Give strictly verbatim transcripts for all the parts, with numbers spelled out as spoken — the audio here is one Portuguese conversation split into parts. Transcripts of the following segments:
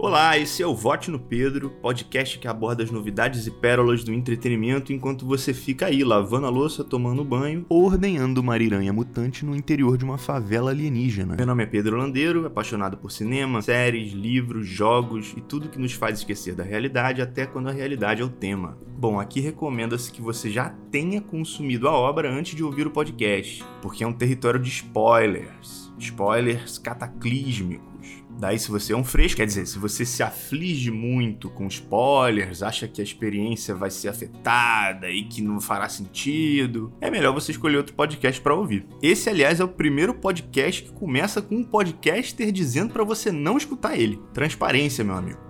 Olá, esse é o Vote no Pedro, podcast que aborda as novidades e pérolas do entretenimento enquanto você fica aí lavando a louça, tomando banho ou ordenhando uma ariranha mutante no interior de uma favela alienígena. Meu nome é Pedro Landeiro, apaixonado por cinema, séries, livros, jogos e tudo que nos faz esquecer da realidade até quando a realidade é o tema. Bom, aqui recomenda-se que você já tenha consumido a obra antes de ouvir o podcast, porque é um território de spoilers, spoilers cataclísmicos. Daí, se você é um fresco, quer dizer, se você se aflige muito com spoilers, acha que a experiência vai ser afetada e que não fará sentido, é melhor você escolher outro podcast pra ouvir. Esse, aliás, é o primeiro podcast que começa com um podcaster dizendo pra você não escutar ele. Transparência, meu amigo.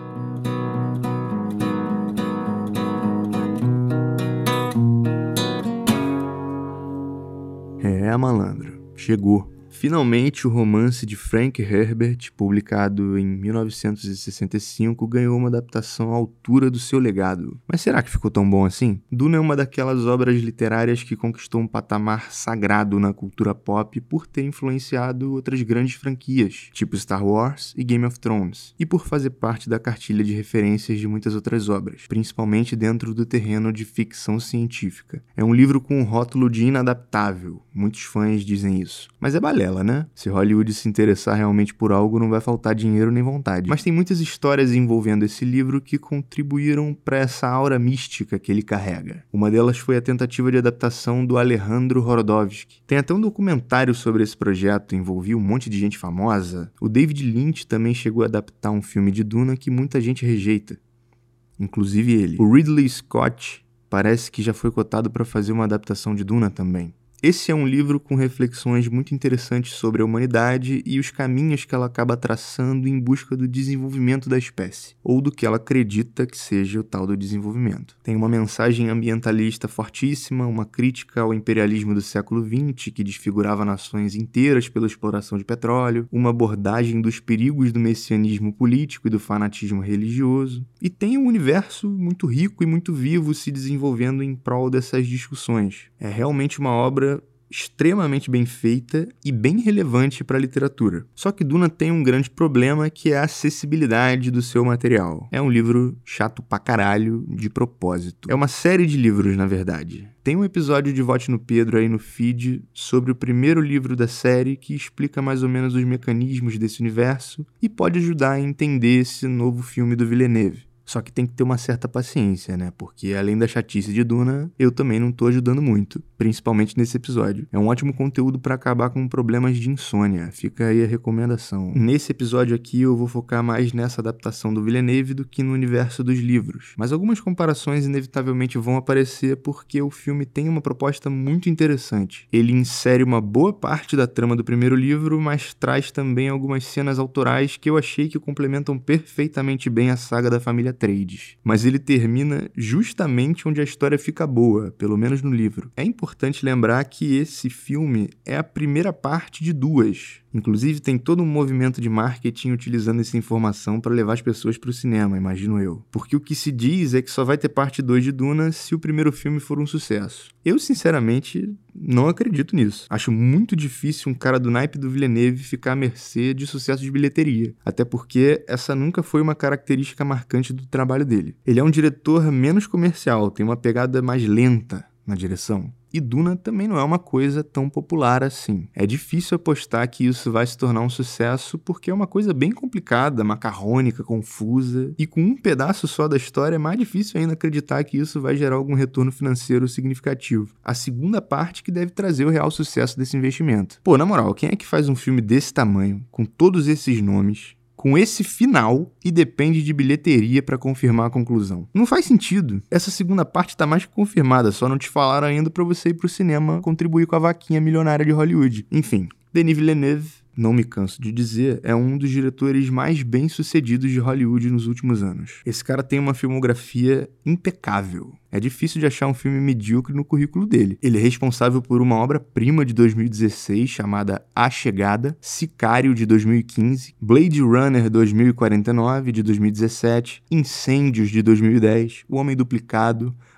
É, malandro, chegou. Finalmente, o romance de Frank Herbert, publicado em mil novecentos e sessenta e cinco, ganhou uma adaptação à altura do seu legado. Mas será que ficou tão bom assim? Duna é uma daquelas obras literárias que conquistou um patamar sagrado na cultura pop por ter influenciado outras grandes franquias, tipo Star Wars e Game of Thrones, e por fazer parte da cartilha de referências de muitas outras obras, principalmente dentro do terreno de ficção científica. É um livro com um rótulo de inadaptável, muitos fãs dizem isso. Mas é balela, né? Se Hollywood se interessar realmente por algo, não vai faltar dinheiro nem vontade. Mas tem muitas histórias envolvendo esse livro que contribuíram para essa aura mística que ele carrega. Uma delas foi a tentativa de adaptação do Alejandro Jodorowsky. Tem até um documentário sobre esse projeto, envolvia um monte de gente famosa. O David Lynch também chegou a adaptar um filme de Duna que muita gente rejeita, inclusive ele. O Ridley Scott parece que já foi cotado para fazer uma adaptação de Duna também. Esse é um livro com reflexões muito interessantes sobre a humanidade e os caminhos que ela acaba traçando em busca do desenvolvimento da espécie, ou do que ela acredita que seja o tal do desenvolvimento. Tem uma mensagem ambientalista fortíssima, uma crítica ao imperialismo do século vinte, que desfigurava nações inteiras pela exploração de petróleo, uma abordagem dos perigos do messianismo político e do fanatismo religioso, e tem um universo muito rico e muito vivo se desenvolvendo em prol dessas discussões. É realmente uma obra extremamente bem feita e bem relevante para a literatura. Só que Duna tem um grande problema, que é a acessibilidade do seu material. É um livro chato pra caralho de propósito. É uma série de livros, na verdade. Tem um episódio de Vote no Pedro aí no feed sobre o primeiro livro da série que explica mais ou menos os mecanismos desse universo e pode ajudar a entender esse novo filme do Villeneuve. Só que tem que ter uma certa paciência, né? Porque além da chatice de Duna, eu também não tô ajudando muito, principalmente nesse episódio. É um ótimo conteúdo para acabar com problemas de insônia, fica aí a recomendação. Nesse episódio aqui eu vou focar mais nessa adaptação do Villeneuve do que no universo dos livros. Mas algumas comparações inevitavelmente vão aparecer porque o filme tem uma proposta muito interessante. Ele insere uma boa parte da trama do primeiro livro, mas traz também algumas cenas autorais que eu achei que complementam perfeitamente bem a saga da família Atreides. Mas ele termina justamente onde a história fica boa, pelo menos no livro. É importante lembrar que esse filme é a primeira parte de duas. Inclusive tem todo um movimento de marketing utilizando essa informação para levar as pessoas para o cinema, imagino eu. Porque o que se diz é que só vai ter parte dois de Duna se o primeiro filme for um sucesso. Eu, sinceramente, não acredito nisso. Acho muito difícil um cara do naipe do Villeneuve ficar à mercê de sucesso de bilheteria. Até porque essa nunca foi uma característica marcante do trabalho dele. Ele é um diretor menos comercial, tem uma pegada mais lenta na direção. E Duna também não é uma coisa tão popular assim. É difícil apostar que isso vai se tornar um sucesso porque é uma coisa bem complicada, macarrônica, confusa. E com um pedaço só da história é mais difícil ainda acreditar que isso vai gerar algum retorno financeiro significativo. A segunda parte que deve trazer o real sucesso desse investimento. Pô, na moral, quem é que faz um filme desse tamanho, com todos esses nomes, com esse final e depende de bilheteria para confirmar a conclusão? Não faz sentido. Essa segunda parte tá mais que confirmada, só não te falaram ainda para você ir pro cinema contribuir com a vaquinha milionária de Hollywood. Enfim, Denis Villeneuve, não me canso de dizer, é um dos diretores mais bem-sucedidos de Hollywood nos últimos anos. Esse cara tem uma filmografia impecável. É difícil de achar um filme medíocre no currículo dele. Ele é responsável por uma obra-prima de dois mil e dezesseis chamada A Chegada, Sicário de dois mil e quinze, Blade Runner dois mil e quarenta e nove de dois mil e dezessete, Incêndios de dois mil e dez, O Homem Duplicado,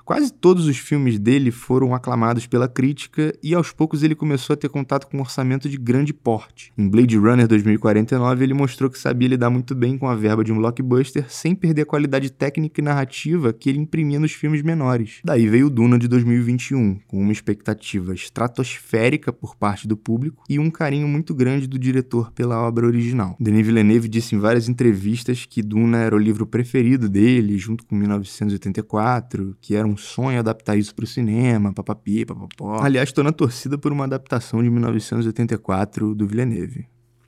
Quase todos os filmes dele foram aclamados pela crítica e aos poucos ele começou a ter contato com um orçamento de grande porte. Em Blade Runner dois mil e quarenta e nove ele mostrou que sabia lidar muito bem com a verba de um blockbuster sem perder a qualidade técnica e narrativa que ele imprimia nos filmes menores. Daí veio Duna de dois mil e vinte e um, com uma expectativa estratosférica por parte do público e um carinho muito grande do diretor pela obra original. Denis Villeneuve disse em várias entrevistas que Duna era o livro preferido dele, junto com mil novecentos e oitenta e quatro, que era um sonho adaptar isso para o cinema, papapi, papapó. Aliás, estou na torcida por uma adaptação de mil novecentos e oitenta e quatro do Villeneuve.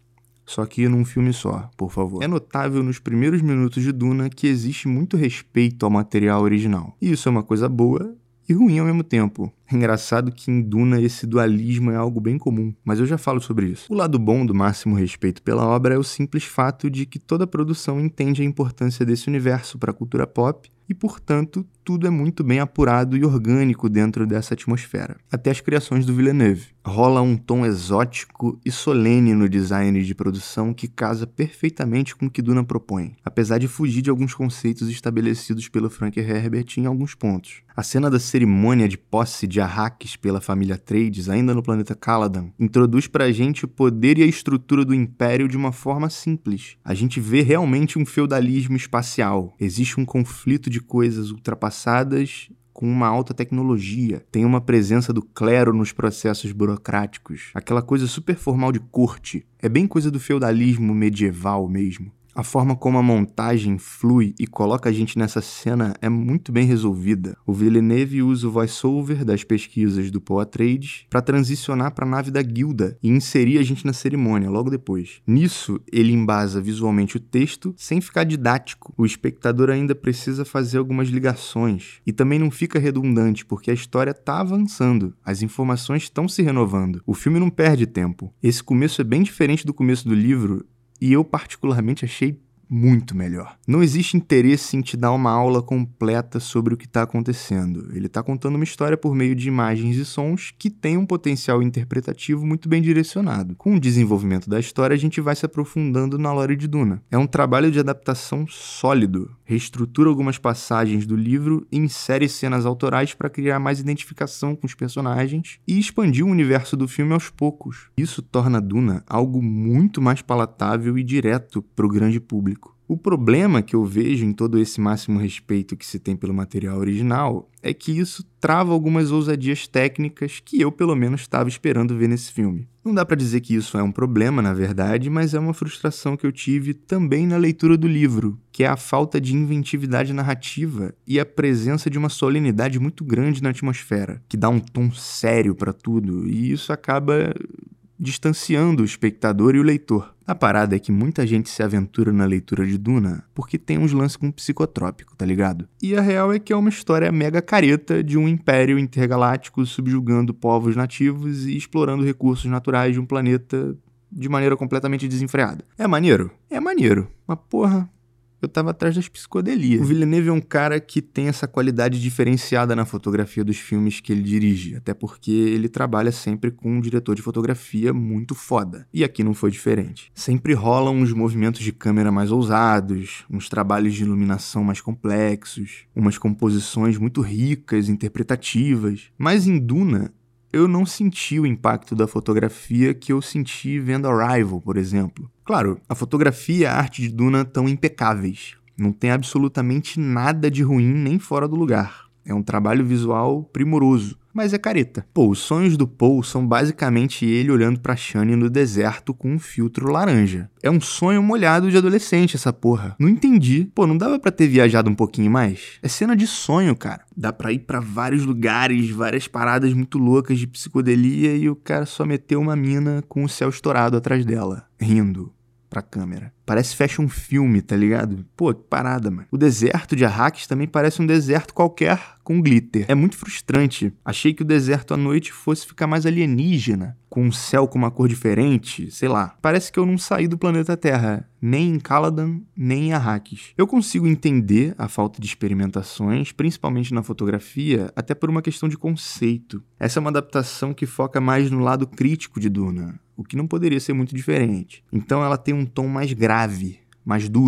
Só que num filme só, por favor. É notável nos primeiros minutos de Duna que existe muito respeito ao material original. E isso é uma coisa boa e ruim ao mesmo tempo. É engraçado que em Duna esse dualismo é algo bem comum, mas eu já falo sobre isso. O lado bom do máximo respeito pela obra é o simples fato de que toda produção entende a importância desse universo para a cultura pop e, portanto, tudo é muito bem apurado e orgânico dentro dessa atmosfera. Até as criações do Villeneuve. Rola um tom exótico e solene no design de produção que casa perfeitamente com o que Duna propõe, apesar de fugir de alguns conceitos estabelecidos pelo Frank Herbert em alguns pontos. A cena da cerimônia de posse de Arrakis pela família Atreides, ainda no planeta Caladan, introduz pra gente o poder e a estrutura do Império de uma forma simples. A gente vê realmente um feudalismo espacial. Existe um conflito de coisas ultrapassadas com uma alta tecnologia. Tem uma presença do clero nos processos burocráticos. Aquela coisa super formal de corte. É bem coisa do feudalismo medieval mesmo. A forma como a montagem flui e coloca a gente nessa cena é muito bem resolvida. O Villeneuve usa o voice-over das pesquisas do Paul Atreides para transicionar para a nave da guilda e inserir a gente na cerimônia logo depois. Nisso, ele embasa visualmente o texto sem ficar didático. O espectador ainda precisa fazer algumas ligações. E também não fica redundante, porque a história está avançando. As informações estão se renovando. O filme não perde tempo. Esse começo é bem diferente do começo do livro, e eu particularmente achei muito melhor. Não existe interesse em te dar uma aula completa sobre o que está acontecendo. Ele está contando uma história por meio de imagens e sons que tem um potencial interpretativo muito bem direcionado. Com o desenvolvimento da história, a gente vai se aprofundando na lore de Duna. É um trabalho de adaptação sólido. Reestrutura algumas passagens do livro e insere cenas autorais para criar mais identificação com os personagens e expandir o universo do filme aos poucos. Isso torna Duna algo muito mais palatável e direto para o grande público. O problema que eu vejo em todo esse máximo respeito que se tem pelo material original é que isso trava algumas ousadias técnicas que eu, pelo menos, estava esperando ver nesse filme. Não dá pra dizer que isso é um problema, na verdade, mas é uma frustração que eu tive também na leitura do livro, que é a falta de inventividade narrativa e a presença de uma solenidade muito grande na atmosfera, que dá um tom sério pra tudo, e isso acaba distanciando o espectador e o leitor. A parada é que muita gente se aventura na leitura de Duna porque tem uns lances com psicotrópico, tá ligado? E a real é que é uma história mega careta de um império intergaláctico subjugando povos nativos e explorando recursos naturais de um planeta de maneira completamente desenfreada. É maneiro? É maneiro. Mas porra, eu tava atrás das psicodelias. O Villeneuve é um cara que tem essa qualidade diferenciada na fotografia dos filmes que ele dirige, até porque ele trabalha sempre com um diretor de fotografia muito foda. E aqui não foi diferente. Sempre rolam uns movimentos de câmera mais ousados, uns trabalhos de iluminação mais complexos, umas composições muito ricas, interpretativas. Mas em Duna, eu não senti o impacto da fotografia que eu senti vendo Arrival, por exemplo. Claro, a fotografia e a arte de Duna estão impecáveis. Não tem absolutamente nada de ruim nem fora do lugar. É um trabalho visual primoroso, mas é careta. Pô, os sonhos do Paul são basicamente ele olhando pra Shani no deserto com um filtro laranja. É um sonho molhado de adolescente essa porra. Não entendi. Pô, não dava pra ter viajado um pouquinho mais? É cena de sonho, cara. Dá pra ir pra vários lugares, várias paradas muito loucas de psicodelia e o cara só meteu uma mina com o céu estourado atrás dela, rindo pra câmera. Parece fecha um filme, tá ligado? Pô, que parada, mano. O deserto de Arrakis também parece um deserto qualquer com glitter. É muito frustrante. Achei que o deserto à noite fosse ficar mais alienígena, com um céu com uma cor diferente, sei lá. Parece que eu não saí do planeta Terra, nem em Caladan, nem em Arrakis. Eu consigo entender a falta de experimentações, principalmente na fotografia, até por uma questão de conceito. Essa é uma adaptação que foca mais no lado crítico de Duna, o que não poderia ser muito diferente. Então ela tem um tom mais grave, mais duro,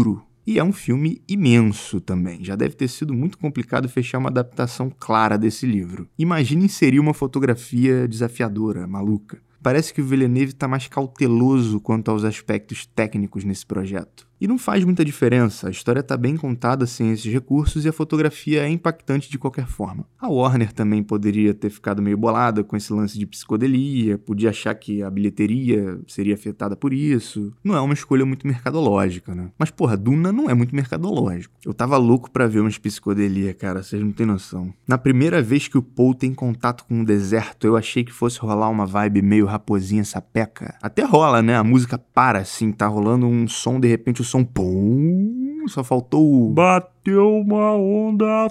E é um filme imenso também. Já deve ter sido muito complicado fechar uma adaptação clara desse livro. Imagine inserir uma fotografia desafiadora, maluca. Parece que o Villeneuve está mais cauteloso quanto aos aspectos técnicos nesse projeto. E não faz muita diferença, a história está bem contada sem esses recursos e a fotografia é impactante de qualquer forma. A Warner também poderia ter ficado meio bolada com esse lance de psicodelia, podia achar que a bilheteria seria afetada por isso. Não é uma escolha muito mercadológica, né? Mas porra, Duna não é muito mercadológico. Eu tava louco pra ver umas psicodelia, cara, vocês não têm noção. Na primeira vez que o Paul tem contato com o deserto, eu achei que fosse rolar uma vibe meio raposinha sapeca. Até rola, né? A música para assim, tá rolando um som, de repente o som pum, só faltou o... Bateu uma onda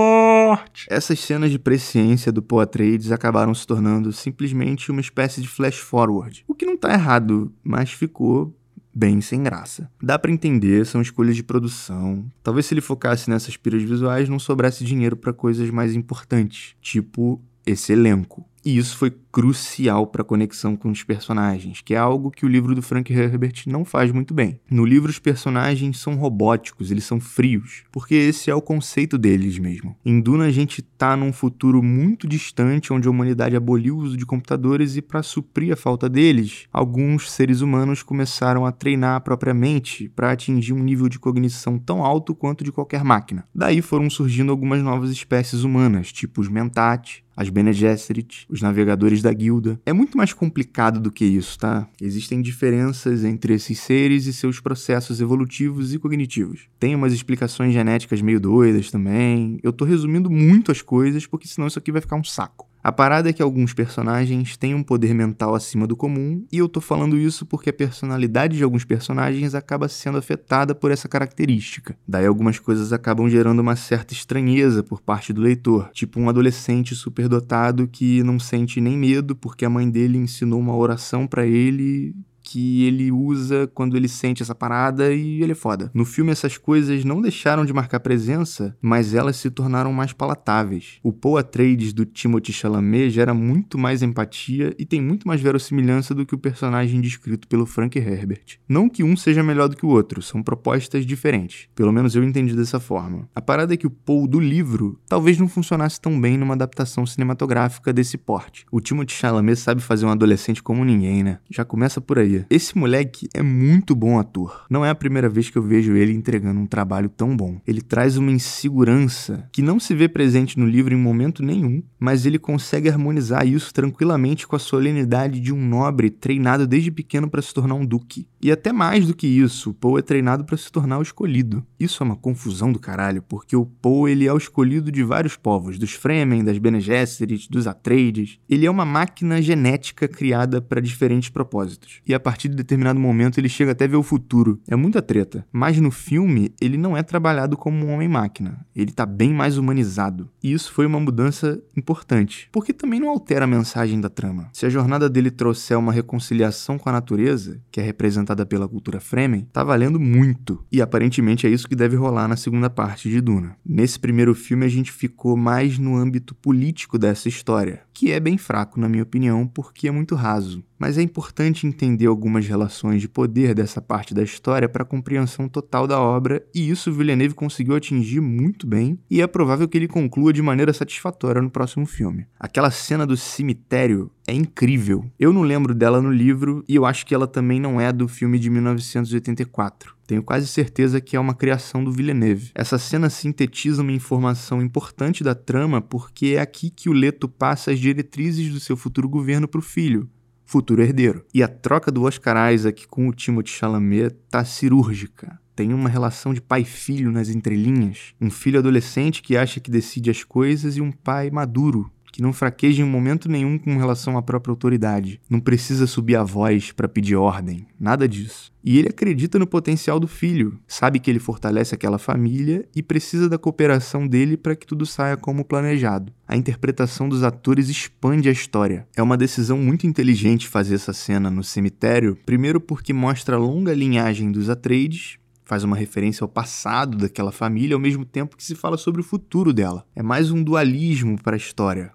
forte. Essas cenas de presciência do Paul Atreides acabaram se tornando simplesmente uma espécie de flash forward. O que não tá errado, mas ficou bem sem graça. Dá pra entender, são escolhas de produção. Talvez se ele focasse nessas piras visuais não sobrasse dinheiro pra coisas mais importantes, tipo esse elenco. E isso foi crucial para a conexão com os personagens, que é algo que o livro do Frank Herbert não faz muito bem. No livro, os personagens são robóticos, eles são frios, porque esse é o conceito deles mesmo. Em Duna, a gente tá num futuro muito distante, onde a humanidade aboliu o uso de computadores e, para suprir a falta deles, alguns seres humanos começaram a treinar propriamente para atingir um nível de cognição tão alto quanto de qualquer máquina. Daí foram surgindo algumas novas espécies humanas, tipo os Mentat, as Bene Gesserit, os navegadores da guilda. É muito mais complicado do que isso, tá? Existem diferenças entre esses seres e seus processos evolutivos e cognitivos. Tem umas explicações genéticas meio doidas também. Eu tô resumindo muito as coisas, porque senão isso aqui vai ficar um saco. A parada é que alguns personagens têm um poder mental acima do comum, e eu tô falando isso porque a personalidade de alguns personagens acaba sendo afetada por essa característica. Daí algumas coisas acabam gerando uma certa estranheza por parte do leitor, tipo um adolescente superdotado que não sente nem medo porque a mãe dele ensinou uma oração pra ele que ele usa quando ele sente essa parada e ele é foda. No filme essas coisas não deixaram de marcar presença, mas elas se tornaram mais palatáveis. O Paul Atreides do Timothée Chalamet gera muito mais empatia e tem muito mais verossimilhança do que o personagem descrito pelo Frank Herbert. Não que um seja melhor do que o outro, são propostas diferentes. Pelo menos eu entendi dessa forma. A parada é que o Paul do livro talvez não funcionasse tão bem numa adaptação cinematográfica desse porte. O Timothée Chalamet sabe fazer um adolescente como ninguém, né? Já começa por aí. Esse moleque é muito bom ator. Não é a primeira vez que eu vejo ele entregando um trabalho tão bom. Ele traz uma insegurança que não se vê presente no livro em momento nenhum, mas ele consegue harmonizar isso tranquilamente com a solenidade de um nobre treinado desde pequeno para se tornar um duque. E até mais do que isso, o Paul é treinado para se tornar o escolhido. Isso é uma confusão do caralho, porque o Paul ele é o escolhido de vários povos, dos Fremen, das Bene Gesserit, dos Atreides. Ele é uma máquina genética criada para diferentes propósitos. E a partir de determinado momento ele chega até ver o futuro. É muita treta. Mas no filme, ele não é trabalhado como um homem-máquina. Ele tá bem mais humanizado. E isso foi uma mudança importante. Porque também não altera a mensagem da trama. Se a jornada dele trouxer uma reconciliação com a natureza, que é representada pela cultura Fremen, tá valendo muito. E aparentemente é isso que deve rolar na segunda parte de Duna. Nesse primeiro filme a gente ficou mais no âmbito político dessa história, que é bem fraco na minha opinião, porque é muito raso. Mas é importante entender algumas relações de poder dessa parte da história para a compreensão total da obra, e isso o Villeneuve conseguiu atingir muito bem, e é provável que ele conclua de maneira satisfatória no próximo filme. Aquela cena do cemitério é incrível. Eu não lembro dela no livro, e eu acho que ela também não é do filme de mil novecentos e oitenta e quatro. Tenho quase certeza que é uma criação do Villeneuve. Essa cena sintetiza uma informação importante da trama, porque é aqui que o Leto passa as diretrizes do seu futuro governo para o filho, futuro herdeiro. E a troca do Oscar Isaac com o Timothée Chalamet tá cirúrgica. Tem uma relação de pai e filho nas entrelinhas. Um filho adolescente que acha que decide as coisas e um pai maduro, que não fraqueja em momento nenhum com relação à própria autoridade. Não precisa subir a voz para pedir ordem, nada disso. E ele acredita no potencial do filho, sabe que ele fortalece aquela família e precisa da cooperação dele para que tudo saia como planejado. A interpretação dos atores expande a história. É uma decisão muito inteligente fazer essa cena no cemitério, primeiro porque mostra a longa linhagem dos Atreides, faz uma referência ao passado daquela família, ao mesmo tempo que se fala sobre o futuro dela. É mais um dualismo para a história.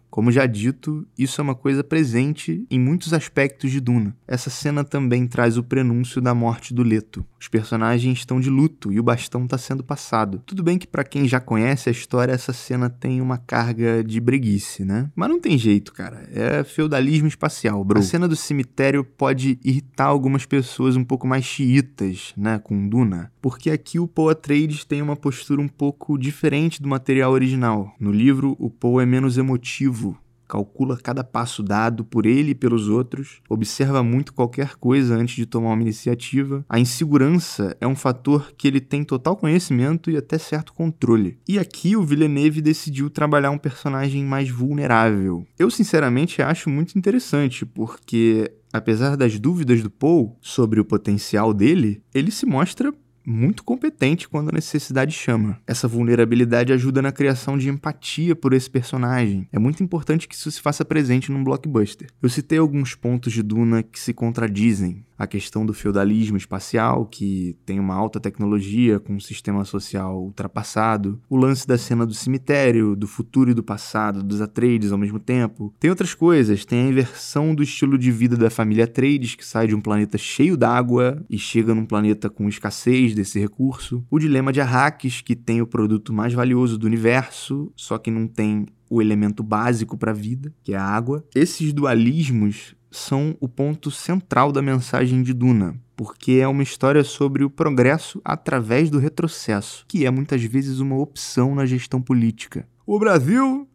Como já dito, isso é uma coisa presente em muitos aspectos de Duna. Essa cena também traz o prenúncio da morte do Leto. Os personagens estão de luto e o bastão está sendo passado. Tudo bem que para quem já conhece a história, essa cena tem uma carga de breguice, né? Mas não tem jeito, cara. É feudalismo espacial, bro. A cena do cemitério pode irritar algumas pessoas um pouco mais xiitas, né, com Duna, porque aqui o Paul Atreides tem uma postura um pouco diferente do material original. No livro, o Paul é menos emotivo, calcula cada passo dado por ele e pelos outros, observa muito qualquer coisa antes de tomar uma iniciativa. A insegurança é um fator que ele tem total conhecimento e até certo controle. E aqui o Villeneuve decidiu trabalhar um personagem mais vulnerável. Eu, sinceramente, acho muito interessante, porque apesar das dúvidas do Paul sobre o potencial dele, ele se mostra muito competente quando a necessidade chama. Essa vulnerabilidade ajuda na criação de empatia por esse personagem. É muito importante que isso se faça presente num blockbuster. Eu citei alguns pontos de Duna que se contradizem. A questão do feudalismo espacial, que tem uma alta tecnologia com um sistema social ultrapassado. O lance da cena do cemitério, do futuro e do passado, dos Atreides ao mesmo tempo. Tem outras coisas, tem a inversão do estilo de vida da família Atreides, que sai de um planeta cheio d'água e chega num planeta com escassez desse recurso. O dilema de Arrakis, que tem o produto mais valioso do universo, só que não tem o elemento básico para a vida, que é a água. Esses dualismos são o ponto central da mensagem de Duna, porque é uma história sobre o progresso através do retrocesso, que é muitas vezes uma opção na gestão política. O Brasil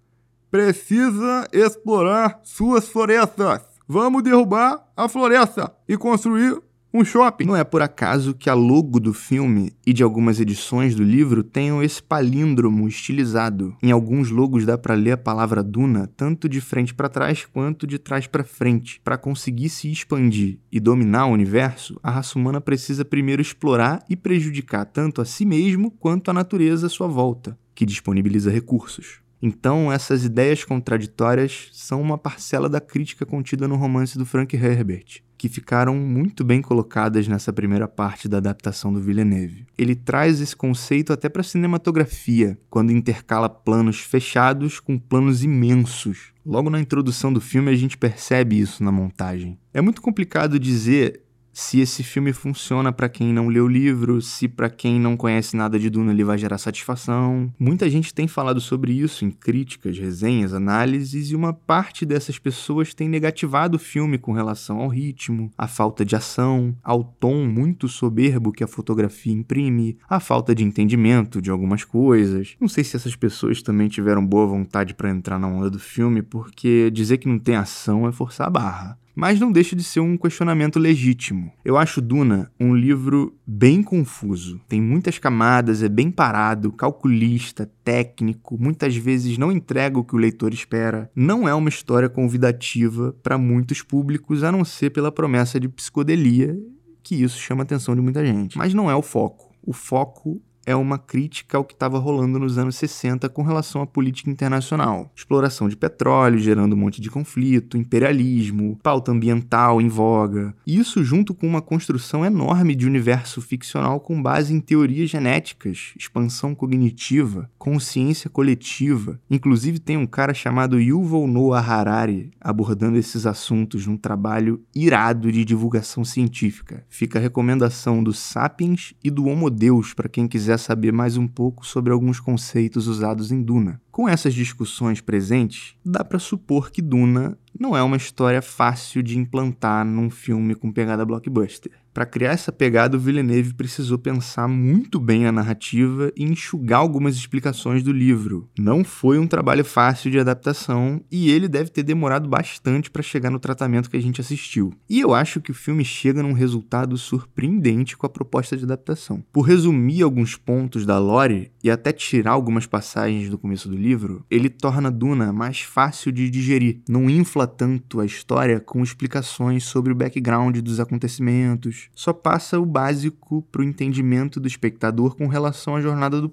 precisa explorar suas florestas. Vamos derrubar a floresta e construir um shopping. Não é por acaso que a logo do filme e de algumas edições do livro tenham esse palíndromo estilizado. Em alguns logos dá para ler a palavra Duna tanto de frente para trás quanto de trás para frente. Para conseguir se expandir e dominar o universo, a raça humana precisa primeiro explorar e prejudicar tanto a si mesmo quanto a natureza à sua volta, que disponibiliza recursos. Então, essas ideias contraditórias são uma parcela da crítica contida no romance do Frank Herbert, que ficaram muito bem colocadas nessa primeira parte da adaptação do Villeneuve. Ele traz esse conceito até para a cinematografia, quando intercala planos fechados com planos imensos. Logo na introdução do filme a gente percebe isso na montagem. É muito complicado dizer se esse filme funciona para quem não leu o livro, se para quem não conhece nada de Duna ele vai gerar satisfação. Muita gente tem falado sobre isso em críticas, resenhas, análises, e uma parte dessas pessoas tem negativado o filme com relação ao ritmo, à falta de ação, ao tom muito soberbo que a fotografia imprime, à falta de entendimento de algumas coisas. Não sei se essas pessoas também tiveram boa vontade para entrar na onda do filme, porque dizer que não tem ação é forçar a barra. Mas não deixa de ser um questionamento legítimo. Eu acho Duna um livro bem confuso. Tem muitas camadas, é bem parado, calculista, técnico, muitas vezes não entrega o que o leitor espera. Não é uma história convidativa para muitos públicos, a não ser pela promessa de psicodelia, que isso chama a atenção de muita gente. Mas não é o foco. O foco é uma crítica ao que estava rolando nos anos sessenta com relação à política internacional. Exploração de petróleo, gerando um monte de conflito, imperialismo, pauta ambiental em voga. Isso junto com uma construção enorme de universo ficcional com base em teorias genéticas, expansão cognitiva, consciência coletiva. Inclusive tem um cara chamado Yuval Noah Harari abordando esses assuntos num trabalho irado de divulgação científica. Fica a recomendação do Sapiens e do Homo Deus para quem quiser saber mais um pouco sobre alguns conceitos usados em Duna. Com essas discussões presentes, dá para supor que Duna não é uma história fácil de implantar num filme com pegada blockbuster. Para criar essa pegada, o Villeneuve precisou pensar muito bem a narrativa e enxugar algumas explicações do livro. Não foi um trabalho fácil de adaptação e ele deve ter demorado bastante para chegar no tratamento que a gente assistiu. E eu acho que o filme chega num resultado surpreendente com a proposta de adaptação. Por resumir alguns pontos da lore e até tirar algumas passagens do começo do livro, ele torna Duna mais fácil de digerir. Não infla tanto a história com explicações sobre o background dos acontecimentos. Só passa o básico para o entendimento do espectador com relação à jornada do Paul.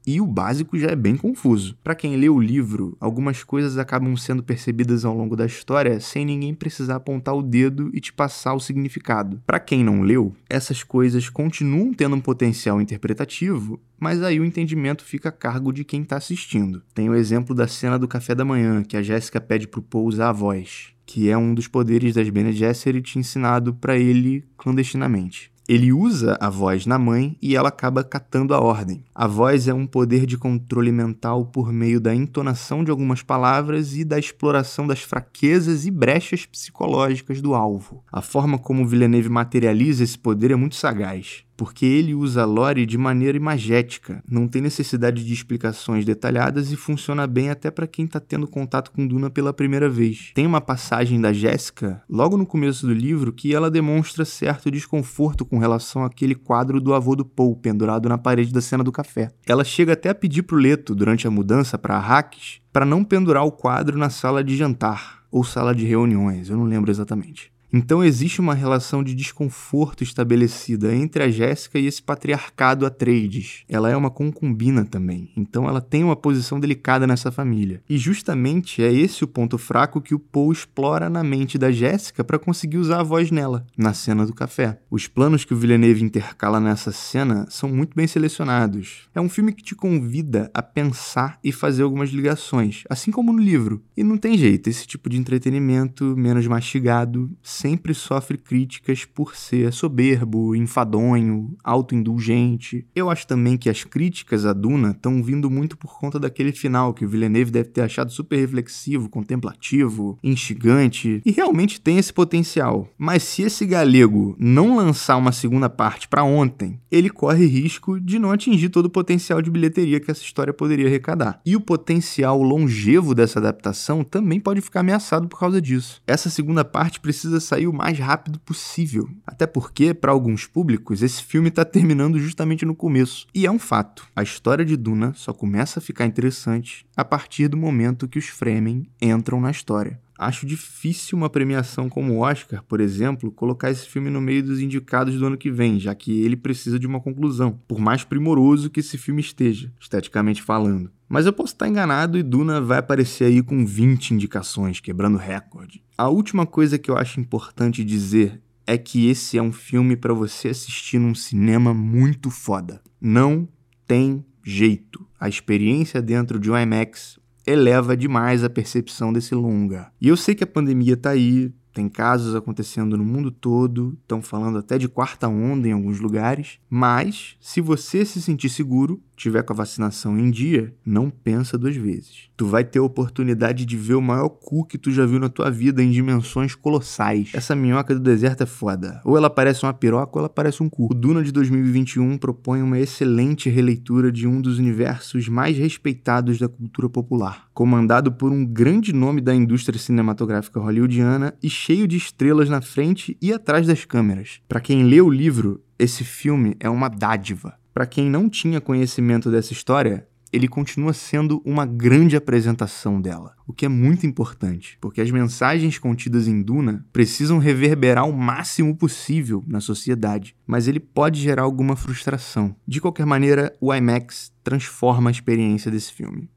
e o básico já é bem confuso. Para quem lê o livro, algumas coisas acabam sendo percebidas ao longo da história sem ninguém precisar apontar o dedo e te passar o significado. Para quem não leu, essas coisas continuam tendo um potencial interpretativo, mas aí o entendimento fica a cargo de quem está assistindo. Tem o exemplo da cena do café da manhã, que a Jéssica pede pro Paul usar a voz, que é um dos poderes das Bene Gesserit ensinado para ele clandestinamente. Ele usa a voz na mãe e ela acaba catando a ordem. A voz é um poder de controle mental por meio da entonação de algumas palavras e da exploração das fraquezas e brechas psicológicas do alvo. A forma como Villeneuve materializa esse poder é muito sagaz, porque ele usa a lore de maneira imagética, não tem necessidade de explicações detalhadas e funciona bem até para quem está tendo contato com Duna pela primeira vez. Tem uma passagem da Jéssica, logo no começo do livro, que ela demonstra certo desconforto com relação àquele quadro do avô do Paul, pendurado na parede da cena do café. Ela chega até a pedir pro Leto, durante a mudança para Arrakis, para não pendurar o quadro na sala de jantar, ou sala de reuniões, eu não lembro exatamente. Então existe uma relação de desconforto estabelecida entre a Jéssica e esse patriarcado Atreides. Ela é uma concubina também, então ela tem uma posição delicada nessa família. E justamente é esse o ponto fraco que o Paul explora na mente da Jéssica para conseguir usar a voz nela, na cena do café. Os planos que o Villeneuve intercala nessa cena são muito bem selecionados. É um filme que te convida a pensar e fazer algumas ligações, assim como no livro. E não tem jeito, esse tipo de entretenimento menos mastigado sempre sofre críticas por ser soberbo, enfadonho, autoindulgente. Eu acho também que as críticas a Duna estão vindo muito por conta daquele final que o Villeneuve deve ter achado super reflexivo, contemplativo, instigante, e realmente tem esse potencial. Mas se esse galego não lançar uma segunda parte para ontem, ele corre risco de não atingir todo o potencial de bilheteria que essa história poderia arrecadar. E o potencial longevo dessa adaptação também pode ficar ameaçado por causa disso. Essa segunda parte precisa sair o mais rápido possível. Até porque, para alguns públicos, esse filme está terminando justamente no começo. E é um fato. A história de Duna só começa a ficar interessante a partir do momento que os Fremen entram na história. Acho difícil uma premiação como o Oscar, por exemplo, colocar esse filme no meio dos indicados do ano que vem, já que ele precisa de uma conclusão, por mais primoroso que esse filme esteja, esteticamente falando. Mas eu posso estar enganado e Duna vai aparecer aí com vinte indicações, quebrando recorde. A última coisa que eu acho importante dizer é que esse é um filme para você assistir num cinema muito foda. Não tem jeito. A experiência dentro de um IMAX eleva demais a percepção desse longa. E eu sei que a pandemia tá aí, tem casos acontecendo no mundo todo, estão falando até de quarta onda em alguns lugares, mas se você se sentir seguro, tiver com a vacinação em dia, não pensa duas vezes. Tu vai ter a oportunidade de ver o maior cu que tu já viu na tua vida em dimensões colossais. Essa minhoca do deserto é foda. Ou ela parece uma piroca ou ela parece um cu. O Duna de dois mil e vinte e um propõe uma excelente releitura de um dos universos mais respeitados da cultura popular, comandado por um grande nome da indústria cinematográfica hollywoodiana e cheio de estrelas na frente e atrás das câmeras. Para quem lê o livro, esse filme é uma dádiva. Para quem não tinha conhecimento dessa história, ele continua sendo uma grande apresentação dela, o que é muito importante, porque as mensagens contidas em Duna precisam reverberar o máximo possível na sociedade, mas ele pode gerar alguma frustração. De qualquer maneira, o IMAX transforma a experiência desse filme.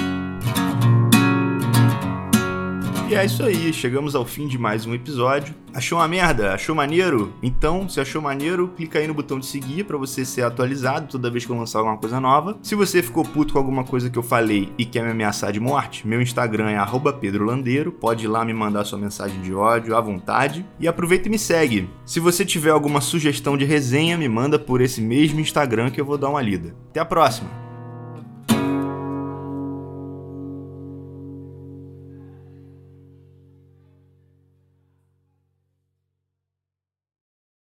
E é isso aí, chegamos ao fim de mais um episódio. Achou uma merda? Achou maneiro? Então, se achou maneiro, clica aí no botão de seguir pra você ser atualizado toda vez que eu lançar alguma coisa nova. Se você ficou puto com alguma coisa que eu falei e quer me ameaçar de morte, meu Instagram é arroba pedro landeiro, pode ir lá me mandar sua mensagem de ódio à vontade e aproveita e me segue. Se você tiver alguma sugestão de resenha, me manda por esse mesmo Instagram que eu vou dar uma lida. Até a próxima!